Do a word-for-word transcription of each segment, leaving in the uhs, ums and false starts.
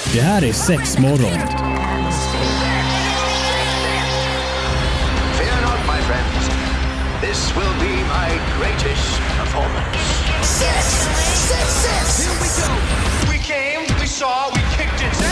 Det här är sex morgon. Fear not, my friends. This will be my greatest performance. Six, six, six. Here we go. We came, we saw, we kicked its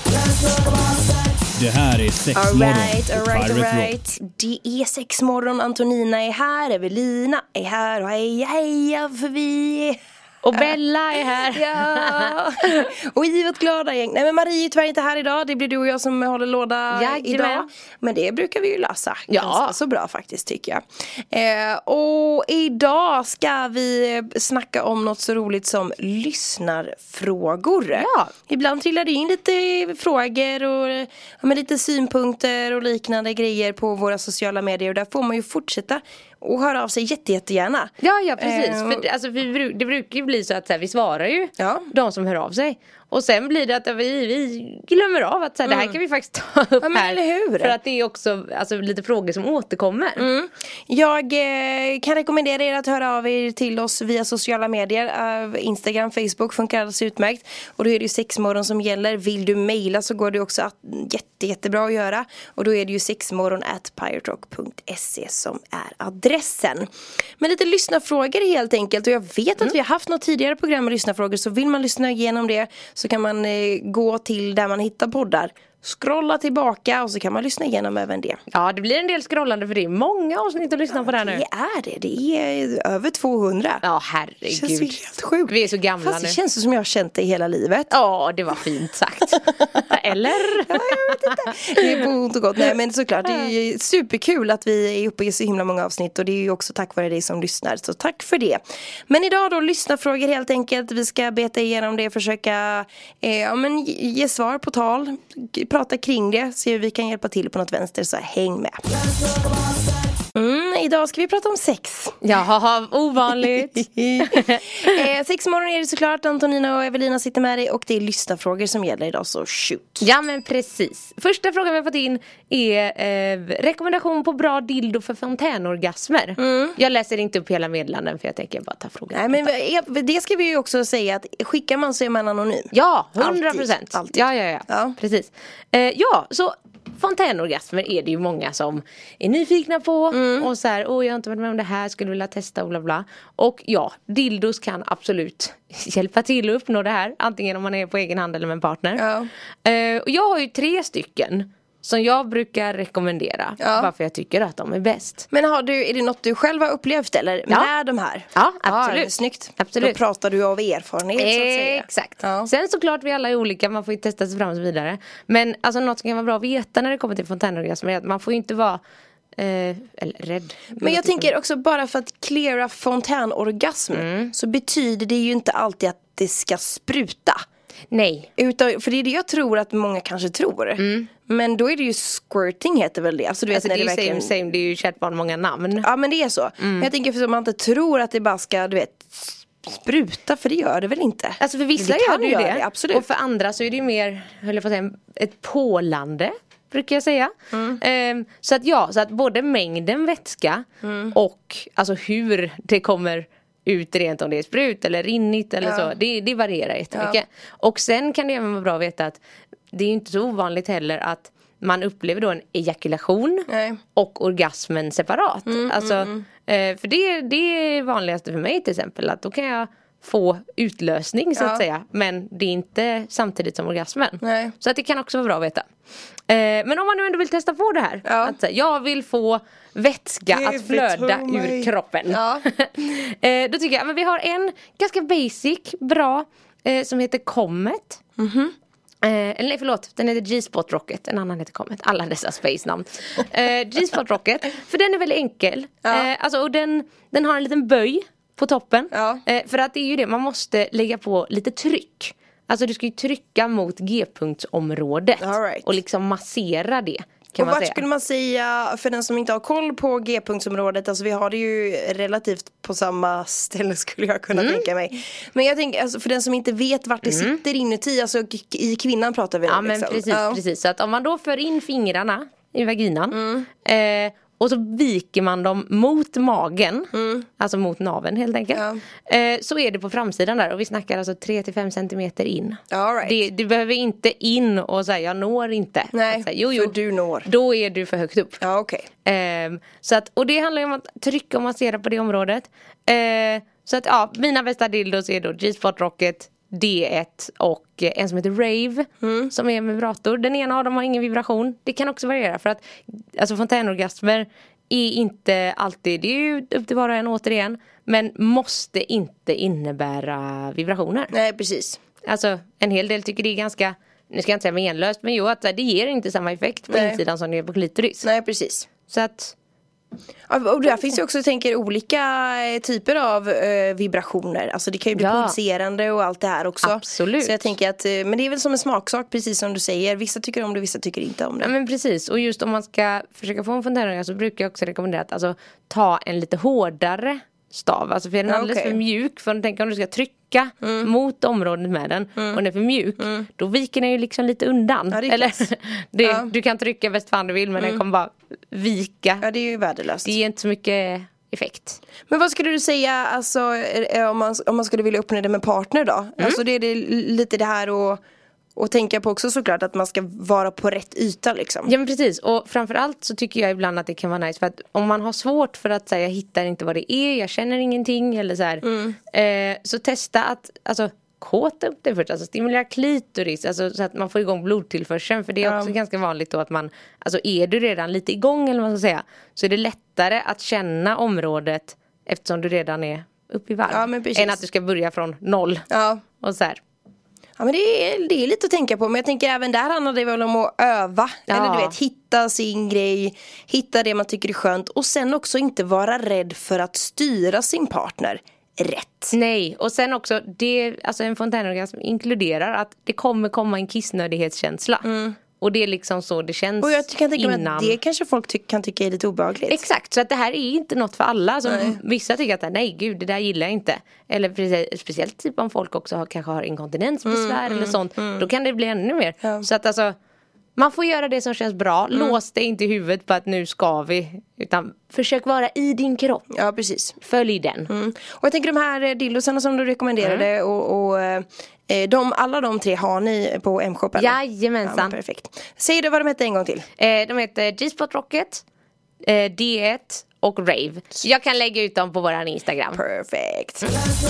ass. Det här är sex All morgon right, all på right, all Pirate Rock. right. Det är sex morgon. Antonina är här, Evelina är här och heja, heja för vi. Och Bella är här. Ja. Och vi är ett glada gäng. Nej, men Marie är tyvärr inte här idag. Det blir du och jag som håller låda Jajamän. idag. Men det brukar vi ju lösa. Ja. Ganska så bra faktiskt, tycker jag. eh, Och idag ska vi snacka om något så roligt som lyssnarfrågor. Ja. Ibland trillar det in lite frågor och ja, men lite synpunkter och liknande grejer på våra sociala medier. Och där får man ju fortsätta och höra av sig jätte, jättegärna. Ja, ja, precis. Eh, För det, alltså, vi, bru- det brukar ju bli så att så här, vi svarar ju Ja. de som hör av sig. Och sen blir det att vi, vi glömmer av att så här, det här kan vi faktiskt ta upp Ja, men här. eller hur? För att det är också alltså, lite frågor som återkommer. Mm. Jag eh, kan rekommendera er att höra av er till oss via sociala medier. Uh, Instagram, Facebook funkar alldeles utmärkt. Och då är det ju sexmorgon som gäller. Vill du mejla så går det också att, jätte, jättebra att göra. Och då är det ju sexmorgon at piraterock punkt se som är adressen. Men lite lyssnarfrågor helt enkelt. Och jag vet att vi har haft något tidigare program med lyssnarfrågor. Så vill man lyssna igenom det så kan man eh, gå till där man hittar poddar. Scrolla tillbaka och så kan man lyssna igenom även det. Ja, det blir en del scrollande för det är många avsnitt att lyssna på där nu. Det är det. Det är över tvåhundra. Ja, Det känns herregud. ju helt sjukt. Vi är så gamla Fast nu. det känns som jag har känt det hela livet. Ja, det var fint sagt. Eller? Ja, jag vet inte. Det är på ont och gott. Nej, men såklart, det är ju superkul att vi är uppe i så himla många avsnitt. Och det är ju också tack vare dig som lyssnar. Så tack för det. Men idag då, lyssnarfrågor helt enkelt. Vi ska beta igenom det och försöka eh, ja, men, ge svar på tal. Prata kring det. Se hur vi kan hjälpa till på något vänster. Så häng med. Mm, idag ska vi prata om sex. Ja, ovanligt. eh, Sexmorgon är det såklart. Antonina och Evelina sitter med dig. Och det är lyssnarfrågor som gäller idag, så shoot. Ja, men precis. Första frågan vi har fått in är eh, rekommendation på bra dildo för fontänorgasmer. Mm. Jag läser inte upp hela meddelanden för jag tänker bara ta frågan. Nej, men det ska vi ju också säga att skickar man så är man anonym. Ja, hundra procent. Alltid. Ja, ja, ja, Ja. precis. Eh, ja, så fontänorgasmer är det ju många som är nyfikna på. Mm. Och så här, åh jag har inte varit med om det här, skulle vilja testa och bla bla. Och ja, dildos kan absolut hjälpa till att uppnå det här. Antingen om man är på egen hand eller med en partner. Ja. Eh, och jag har ju tre stycken som jag brukar rekommendera. Ja. Varför jag tycker att de är bäst. Men har du, är det något du själv har upplevt eller Ja. med de här? Ja, absolut. Ja, snyggt. Absolut. Då pratar du av erfarenhet så att säga. Exakt. Ja. Sen såklart vi alla är olika, man får ju testa sig fram och så vidare. Men alltså något som kan vara bra att veta när det kommer till fontänorgasmer är att man får ju inte vara eh, eller rädd. Men jag tänker också bara för att cleara fontänorgasm Mm. så betyder det ju inte alltid att det ska spruta. Nej. Utan, för det är det jag tror att många kanske tror. Mm. Men då är det ju squirting heter väl det. Alltså, du vet, Alltså, när det är ju verkligen... same, same, det är ju kärt barn många namn. Ja, men det är så. Mm. Men jag tänker för att man inte tror att det bara ska, du vet, spruta, för det gör det väl inte. Alltså för vissa Det gör kan det ju göra det. det, absolut. Och för andra så är det ju mer, höll jag på att säga, ett pålande, brukar jag säga. Mm. Ehm, så att ja, så att både mängden vätska mm. och alltså hur det kommer ut rent, om det är sprut eller rinnigt eller Ja. så. Det, det varierar jättemycket. Ja. Och sen kan det även vara bra att veta att det är inte så ovanligt heller att man upplever då en ejakulation Nej. och orgasmen separat. Mm, alltså, mm, eh, för det, det är vanligaste för mig till exempel. Att då kan jag få utlösning så Ja. att säga. Men det är inte samtidigt som orgasmen. Nej. Så att det kan också vara bra att veta. Eh, men om man nu ändå vill testa på det här. Ja. Att, säga, jag vill få vätska Give att it flöda to ur me. kroppen. Ja. eh, då tycker jag, men vi har en ganska basic, bra, eh, som heter Comet. Mhm. Eh, eller nej, förlåt, den heter G-Spot Rocket. En annan heter Comet, alla dessa space-namn. eh, G-Spot Rocket, för den är väldigt enkel. Ja. eh, alltså, och den, den har en liten böj på toppen. Ja. eh, För att det är ju det, man måste lägga på lite tryck. Alltså du ska ju trycka mot G-punktsområdet. All right. Och liksom massera det, kan Och man vart säga. skulle man säga, för den som inte har koll på G-punktsområdet, alltså vi har det ju relativt på samma ställe skulle jag kunna Mm. tänka mig. Men jag tänker, alltså för den som inte vet vart det sitter inuti, alltså k- i kvinnan pratar vi om. Ja, men liksom. precis, Ja. precis. Så att om man då för in fingrarna i vaginan Mm. eh, och så viker man dem mot magen, mm. alltså mot naveln helt enkelt. Ja. Eh, så är det på framsidan där, och vi snackar alltså tre till fem centimeter in. All right. det, du behöver inte in och säga jag når inte. Nej, säga, jo, jo, för du når. Då är du för högt upp. Ja, okej. Okay. Eh, så att, och det handlar ju om att trycka och massera på det området. Eh, så att ja, mina bästa dildos är då G-Spot Rocket, D ett och en som heter Rave, mm. som är en vibrator. Den ena av dem har ingen vibration. Det kan också variera, för att alltså fontänorgasmer är inte alltid, det är ju upp till var och en återigen, men måste inte innebära vibrationer. Nej, precis. Alltså en hel del tycker det är ganska, nu ska jag inte säga menlöst, men jo, att det ger inte samma effekt på Nej. insidan som det är på klitoris. Nej, precis. Så att och där finns ju också, tänker, olika typer av eh, vibrationer. Alltså det kan ju bli ja. pulserande och allt det här också. Absolut. Så jag tänker att, men det är väl som en smaksak, precis som du säger. Vissa tycker om det, vissa tycker inte om det. Ja, men precis, och just om man ska försöka få en fontänorgasm så brukar jag också rekommendera att alltså, ta en lite hårdare stav. Alltså för den är ja, alldeles okay. för mjuk. För tänk om du ska trycka mm. mot området med den mm. och den är för mjuk, mm. då viker den ju liksom lite undan. Ja, det Eller, det, ja. Du kan trycka bäst fan du vill, men mm. den kommer bara vika. Ja, det är ju värdelöst. Det ger inte så mycket effekt. Men vad skulle du säga, alltså, om man, om man skulle vilja uppnå det med partner då? Mm. Alltså det är det, lite det här och Och tänka på också såklart att man ska vara på rätt yta liksom. Ja, men precis, och framförallt så tycker jag ibland att det kan vara nice, för att om man har svårt för att säga jag hittar inte vad det är, jag känner ingenting eller så här, mm. eh, så testa att alltså kåta upp det först, alltså stimulera klitoris, alltså så att man får igång blodtillförseln, för det är också ja. ganska vanligt då att man, alltså är du redan lite igång eller vad man ska säga, så är det lättare att känna området eftersom du redan är uppe i varv, ja, än att du ska börja från noll ja. och så här. Ja, men det är, det är lite att tänka på. Men jag tänker även där handlar det väl om att öva. Ja. Eller du vet, hitta sin grej. Hitta det man tycker är skönt. Och sen också inte vara rädd för att styra sin partner rätt. Nej, och sen också det, alltså en fontänorgasm inkluderar att det kommer komma en kissnödighetskänsla. Mm. Och det är liksom så det känns. Och jag kan tänka innan. mig att det kanske folk ty- kan tycka är lite obehagligt. Exakt, så att det här är inte något för alla. Alltså, vissa tycker att nej gud, det där gillar jag inte. Eller precis, speciellt typ om folk också har, kanske har inkontinensbesvär mm, eller sånt. Mm. Då kan det bli ännu mer. Ja. Så att alltså, man får göra det som känns bra. Mm. Lås det inte i huvudet på att nu ska vi. Utan försök vara i din kropp. Ja, precis. Följ den. Mm. Och jag tänker de här dildosarna som du rekommenderade mm. och... och De, alla de tre har ni på M-shop eller? Jajamensan. Ja, perfekt. Säg du vad de heter en gång till. Eh, de heter G-Spot Rocket, eh, D ett och Rave. Jag kan lägga ut dem på våran Instagram. Perfekt.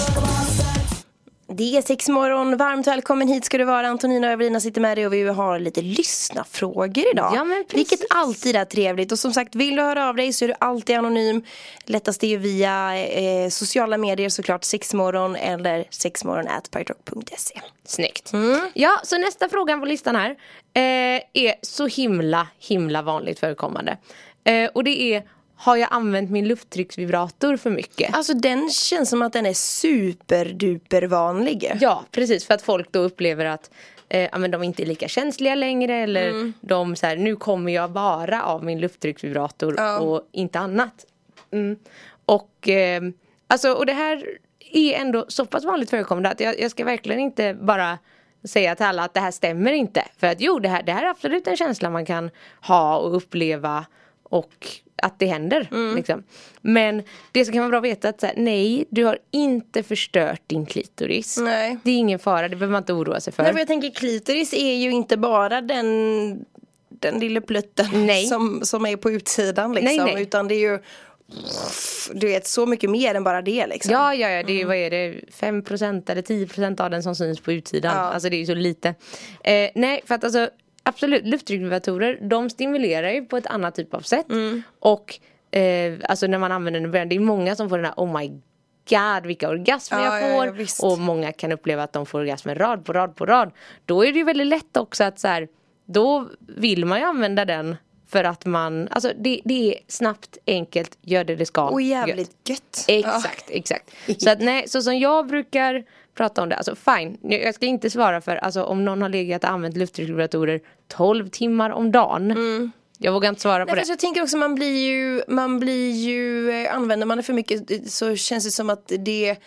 Det är sex morgon. Varmt välkommen hit ska du vara. Antonina och Evelina sitter med dig och vi har lite lyssnafrågor idag. Ja, men vilket alltid är trevligt. Och som sagt, vill du höra av dig så är du alltid anonym. Lättast är ju via eh, sociala medier såklart. Sexmorgon eller sexmorgon at pyrock punkt se. Snyggt. Mm. Ja, så nästa frågan på listan här eh, är så himla, himla vanligt förekommande. Eh, och det är: har jag använt min lufttrycksvibrator för mycket? Alltså den känns som att den är superduper vanlig. Ja, precis. För att folk då upplever att eh, ja, men de inte är lika känsliga längre. Eller mm. de så här, nu kommer jag bara av min lufttrycksvibrator ja. och inte annat. Mm. Och, eh, alltså, och det här är ändå så pass vanligt förekommande att jag, jag ska verkligen inte bara säga till alla att det här stämmer inte. För att jo, det här, det här är absolut en känsla man kan ha och uppleva och att det händer mm. liksom. Men det som kan vara bra att veta att så här, nej, du har inte förstört din klitoris. Nej. Det är ingen fara, det behöver man inte oroa sig för. Nej, för jag tänker klitoris är ju inte bara den den lilla plutten nej. Som, som är på utsidan liksom, nej, nej. Utan det är ju du vet så mycket mer än bara det liksom. Ja, ja, ja, det är ju, vad är det, fem procent eller tio procent av den som syns på utsidan. Ja. Alltså det är ju så lite. Eh, nej, för att alltså absolut, lufttrycksvibratorer, de stimulerar ju på ett annat typ av sätt. Mm. Och eh, alltså när man använder den i början, det är många som får den här, oh my god, vilka orgasmer ja, jag får. ja, ja, och många kan uppleva att de får orgasmer rad på rad på rad. Då är det ju väldigt lätt också att så här, då vill man ju använda den för att man, alltså det, det är snabbt, enkelt, gör det det ska. Och jävligt gött. Exakt, ja. exakt. Så att nej, så som jag brukar prata om det, alltså fine, jag ska inte svara för, alltså om någon har legat och använt lufttrycksvibratorer tolv timmar om dagen. Mm. Jag vågar inte svara nej, på det. Jag tänker också, man blir ju, man blir ju, använder man det för mycket så känns det som att det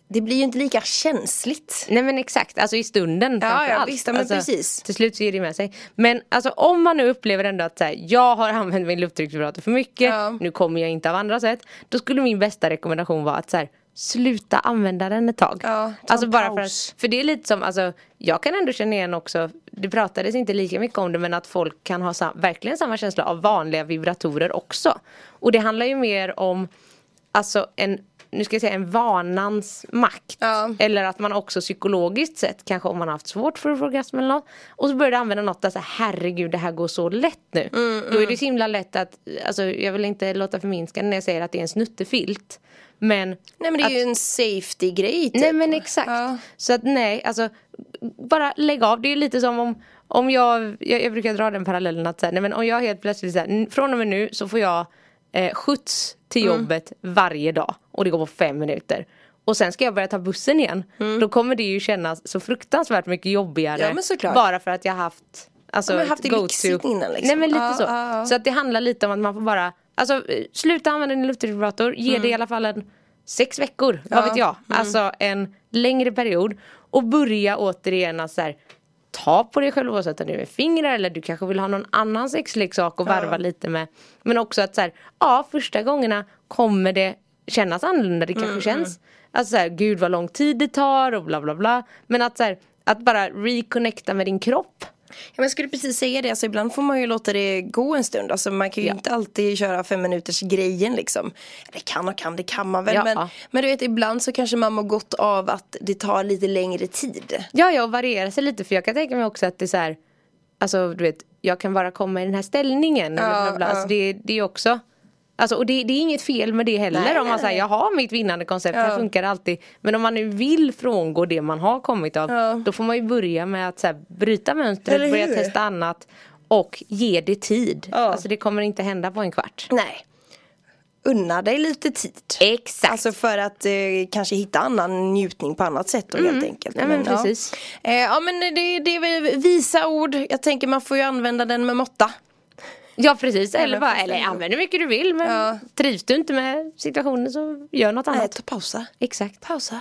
det blir ju inte lika känsligt. Nej men exakt, alltså i stunden Ja, framför ja allt. visst, men alltså, precis. Till slut så ger det med sig. Men alltså om man nu upplever ändå att så här, jag har använt min lufttrycksvibrator för mycket, Ja. nu kommer jag inte av andra sätt. Då skulle min bästa rekommendation vara att så här, sluta använda den ett tag. Ja, ta alltså en bara för paus. att, för det är lite som, alltså jag kan ändå känna igen också, det pratades inte lika mycket om det, men att folk kan ha sam- verkligen samma känsla av vanliga vibratorer också. Och det handlar ju mer om, alltså en, nu ska jag säga en vanans makt. Ja. Eller att man också psykologiskt sett, kanske om man har haft svårt för orgasm eller något, och så börjar du använda något där så här, herregud det här går så lätt nu. Mm, Då är det så himla lätt att, alltså jag vill inte låta förminskande när jag säger att det är en snuttefilt. Men Nej men det är att, ju en safety-grej typ. nej men exakt. Ja. Så att nej, alltså bara lägg av. Det är lite som om om jag, jag, jag brukar dra den parallellen att så här, nej men om jag helt plötsligt så här, från och med nu så får jag eh, skjuts till jobbet mm. varje dag. Och det går på fem minuter. Och sen ska jag börja ta bussen igen. Mm. Då kommer det ju kännas så fruktansvärt mycket jobbigare. Ja, men såklart. Bara för att jag har haft alltså, ja, men haft det lyxigt innan liksom. Nej men lite ja, så. ja, ja. Så att det handlar lite om att man får bara, alltså sluta använda din luftvibrator. Ge mm. det i alla fall en sex veckor, vad ja. vet jag. Mm. Alltså en längre period. Och börja återigen att så här, ta på dig själv och sätta ner med fingrar. Eller du kanske vill ha någon annan sexleksak och varva ja. lite med. Men också att så här, ja första gångerna kommer det kännas annorlunda. Det kanske mm, känns, mm. alltså så här, gud vad lång tid det tar och bla bla bla. Men att så här, att bara reconnecta med din kropp. Ja, men jag skulle precis säga det, alltså ibland får man ju låta det gå en stund. Alltså man kan ju ja. inte alltid köra fem minuters grejen liksom. Det kan och kan, det kan man väl ja. men, men du vet, ibland så kanske man mår gott av att det tar lite längre tid. Ja, ja, och variera sig lite. För jag kan tänka mig också att det är så här, alltså du vet, jag kan bara komma i den här ställningen ja, bla, bla, bla. Alltså, det, det är också, alltså, och det, det är inget fel med det heller. Nej, om man säger, jag har mitt vinnande koncept, ja. det funkar alltid. Men om man nu vill frångå det man har kommit av, ja. då får man ju börja med att så här, bryta mönstret, börja testa annat och ge det tid. Ja. Alltså det kommer inte hända på en kvart. Nej. Unna dig lite tid. Exakt. Alltså för att eh, kanske hitta annan njutning på annat sätt då, mm. helt enkelt. Ja, men, men precis. Ja, eh, ja men det, det är väl visa ord. Jag tänker man får ju använda den med måtta. Ja precis, eller, eller bara, eller använd hur mycket du vill. Men ja. trivs du inte med situationen så gör något annat. Nej, ta pausa. Exakt. Pausa.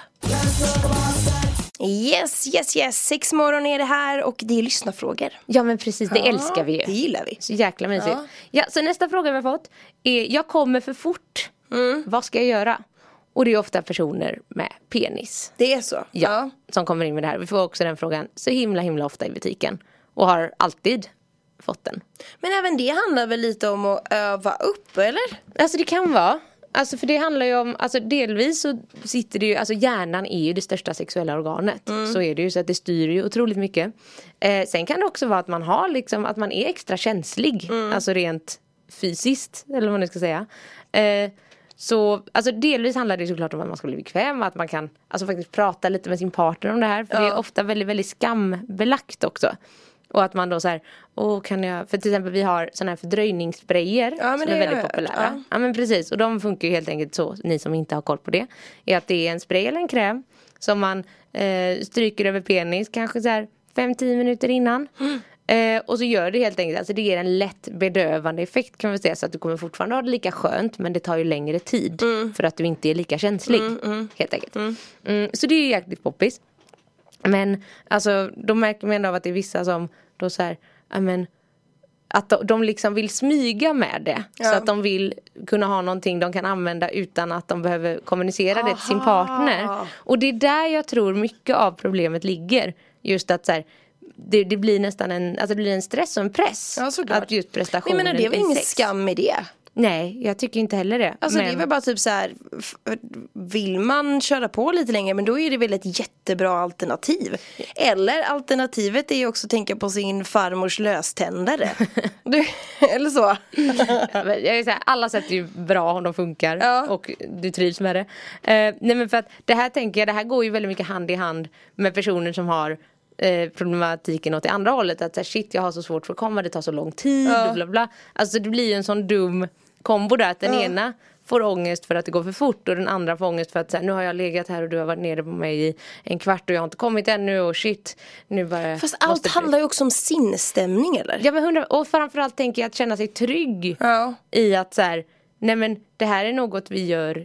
Yes, yes, yes. Sex morgon är det här och det är lyssnarfrågor. Ja men precis, det ja, älskar vi ju. Det gillar vi. Så jäkla mysigt. Ja. Ja, så nästa fråga vi har fått är, jag kommer för fort. Mm. Vad ska jag göra? Och det är ofta personer med penis. Det är så? Ja, ja, som kommer in med det här. Vi får också den frågan så himla himla ofta i butiken. Och har alltid fått den. Men även det handlar väl lite om att öva upp, eller? Alltså det kan vara. Alltså för det handlar ju om, alltså delvis så sitter det ju, alltså hjärnan är ju det största sexuella organet. Mm. Så är det ju, så att det styr ju otroligt mycket. Eh, sen kan det också vara att man har liksom, att man är extra känslig. Mm. Alltså rent fysiskt, eller vad man nu ska säga. Eh, så, alltså delvis handlar det såklart om att man ska bli bekväm. Att man kan, alltså faktiskt prata lite med sin partner om det här. För ja. det är ofta väldigt, väldigt skambelagt också. Och att man då så här, åh kan jag, för till exempel vi har sådana här fördröjningssprayer ja, som är väldigt populära. Ja. ja men precis, och de funkar ju helt enkelt så, ni som inte har koll på det. Är att det är en spray eller en kräm som man eh, stryker över penis kanske så här fem till tio minuter innan. Mm. Eh, och så gör det helt enkelt, alltså det ger en lätt bedövande effekt kan man säga. Så att du kommer fortfarande ha det lika skönt, men det tar ju längre tid. Mm. För att du inte är lika känslig, mm, mm. helt enkelt. Mm. Mm, så det är ju jäkligt poppis. Men alltså då märker man ändå av att det är vissa som då så här, I men, att de, de liksom vill smyga med det. Ja. Så att de vill kunna ha någonting de kan använda utan att de behöver kommunicera Aha. det till sin partner. Och det är där jag tror mycket av problemet ligger. Just att så här, det, det blir nästan en, alltså det blir en stress och en press. Ja, att just prestationen. Men jag menar, det är väl ingen skam med det? Nej, jag tycker inte heller det. Alltså men... det är väl bara typ så här, vill man köra på lite längre, men då är det väl ett jättebra alternativ. Eller alternativet är ju också att tänka på sin farmors löständare. du, eller så. Ja, men jag vill säga, alla sätt är ju bra om de funkar ja. och du trivs med det. Uh, nej men för att det här tänker jag, det här går ju väldigt mycket hand i hand med personer som har Eh, problematiken åt det andra hållet, att så här, shit jag har så svårt för att komma, det tar så lång tid ja. och bla bla. Alltså det blir ju en sån dum kombo där att den ja. ena får ångest för att det går för fort och den andra får ångest för att så här, nu har jag legat här och du har varit nere på mig i en kvart och jag har inte kommit ännu och shit nu bara. Fast allt måste... handlar ju också om sinnesstämning, eller? Ja men hundra, och framförallt tänker jag att känna sig trygg ja. i att så här, nej men det här är något vi gör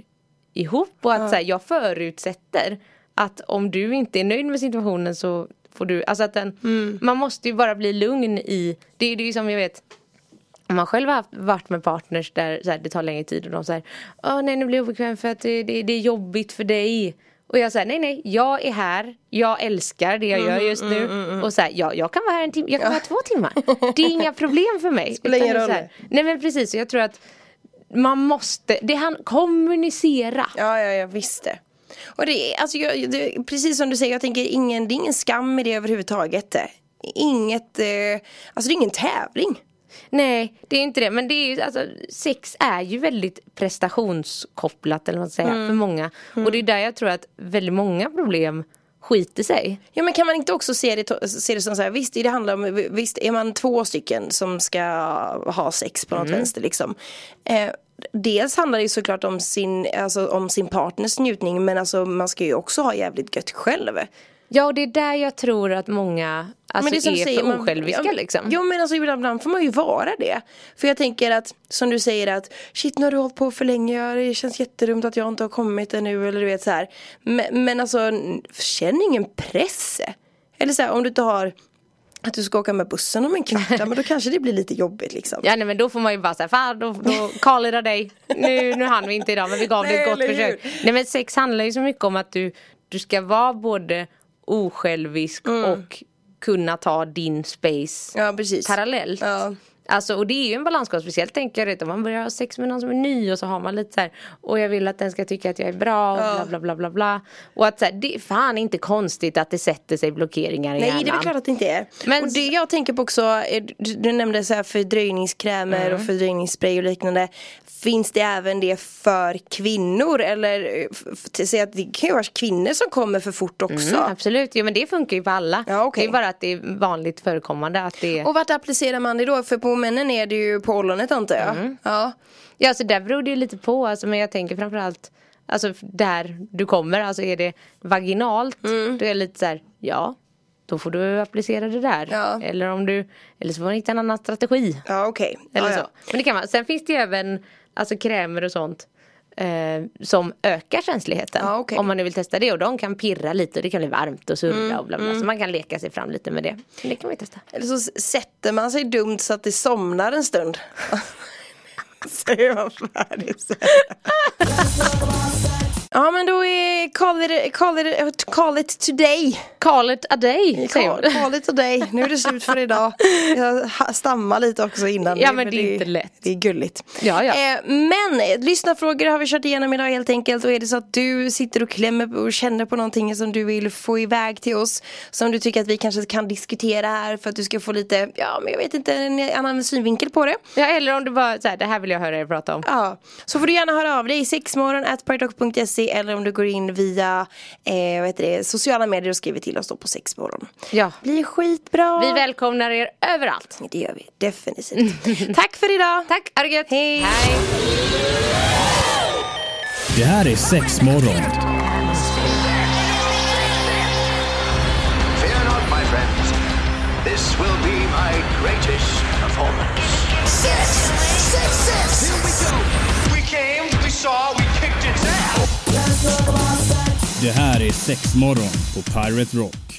ihop. Och att ja. så här, jag förutsätter att om du inte är nöjd med situationen så får du, alltså att den, mm. man måste ju bara bli lugn i, det, det är ju som jag vet, om man själv har haft, varit med partners där så här, det tar längre tid och de säger, åh nej nu blir jag obekväm för att det, det, det är jobbigt för dig. Och jag säger, nej nej, jag är här, jag älskar det jag mm, gör just nu. Mm, mm. Och så här, ja, jag kan vara här en timme, jag kan ja. vara två timmar. Det är inga problem för mig. Spelar ingen roll. Nej men precis, jag tror att man måste, det han kommunicera. Ja, ja, jag visste. Och det är, alltså, jag, det, precis som du säger, jag tänker ingen, det är ingen skam i det överhuvudtaget. Inget, eh, alltså det är ingen tävling. Nej, det är inte det. Men det är ju, alltså, sex är ju väldigt prestationskopplat eller vad man säger, mm. för många. Mm. Och det är där jag tror att väldigt många problem skiter sig. Ja, men kan man inte också se det, se det som så här, visst, det handlar om, visst är man två stycken som ska ha sex på något mm. vänster liksom. Eh, dels handlar det ju såklart om sin, alltså, om sin partners njutning, men alltså, man ska ju också ha jävligt gött själv. Ja, och det är där jag tror att många alltså, är, är för man, osjälviska ja, liksom. Ja, men alltså ibland får man ju vara det. För jag tänker att, som du säger att shit, nu har du hållit på för länge, det känns jättedumt att jag inte har kommit ännu, eller du vet så här. Men, men alltså, känn ingen press. Eller så här, om du inte har att du ska åka med bussen om en kvart, men då kanske det blir lite jobbigt liksom. Ja, nej, men då får man ju bara säga, fan, då, då call it a day. Nu, nu hann vi inte idag, men vi gav det ett gott försök. Nej, men sex handlar ju så mycket om att du, du ska vara både osjälvisk mm. och kunna ta din space ja, precis. parallellt. Ja. Alltså, och det är ju en balansgång, speciellt tänker jag, om man börjar ha sex med någon som är ny och så har man lite så här, och jag vill att den ska tycka att jag är bra och ja. bla bla bla bla bla. Och att så här, det är fan inte konstigt att det sätter sig blockeringar i Nej, hjärnan. det är väl klart att det inte är. Men och det jag tänker på också, du, du nämnde så här fördröjningskrämer mm. och fördröjningsspray och liknande. Finns det även det för kvinnor? Eller säga att det kan ju vara kvinnor som kommer för fort också. Mm, absolut, jo, men det funkar ju på alla. Ja, okay. Det är bara att det är vanligt förekommande att det är... Och vart applicerar man det då? För på männen är det ju på ollonet, antar jag. Mm. Ja. Ja, så där beror det ju lite på. Alltså, men jag tänker framförallt, alltså där du kommer, alltså är det vaginalt, mm. då är det lite så här, ja, då får du applicera det där. Ja. Eller om du, eller så får man hitta en annan strategi. Ja, okej. Okay. Eller ja, så. Ja. Men det kan man. Sen finns det ju även alltså krämer och sånt eh, som ökar känsligheten. Ja, okay. Om man nu vill testa det. Och de kan pirra lite och det kan bli varmt och surra mm, och bla bla. Mm. Så man kan leka sig fram lite med det. Det kan vi testa. Eller så sätter man sig dumt så att det somnar en stund. Säger man färdigt. Ja, men då är call it, call it, call it today. Call it a day. Call, call it a day. Nu är det slut för idag. Jag stammar lite också innan. Ja, men det är inte lätt. Det är gulligt. Ja, ja. Eh, men lyssnarfrågor har vi kört igenom idag helt enkelt. Och är det så att du sitter och klämmer och känner på någonting som du vill få iväg till oss, som du tycker att vi kanske kan diskutera här för att du ska få lite, ja, men jag vet inte, en annan synvinkel på det. Ja, eller om du bara så här, det här vill jag höra er prata om. Ja, så får du gärna höra av dig sexmorgon at partytalk punkt se eller om du går in via eh, vad heter det, sociala medier och skriver till oss då på sexmorgon. Ja. Blir skitbra. Vi välkomnar er överallt. Det gör vi, definitivt. Tack för idag. Tack, Arget. Hej. Hej. Det här är Sexmorgon. Fear not, my friends. This will be my greatest performance. Six, six, six. Here we go. We came, we saw, we kicked its ass. Det här är Sexmorgon på Pirate Rock.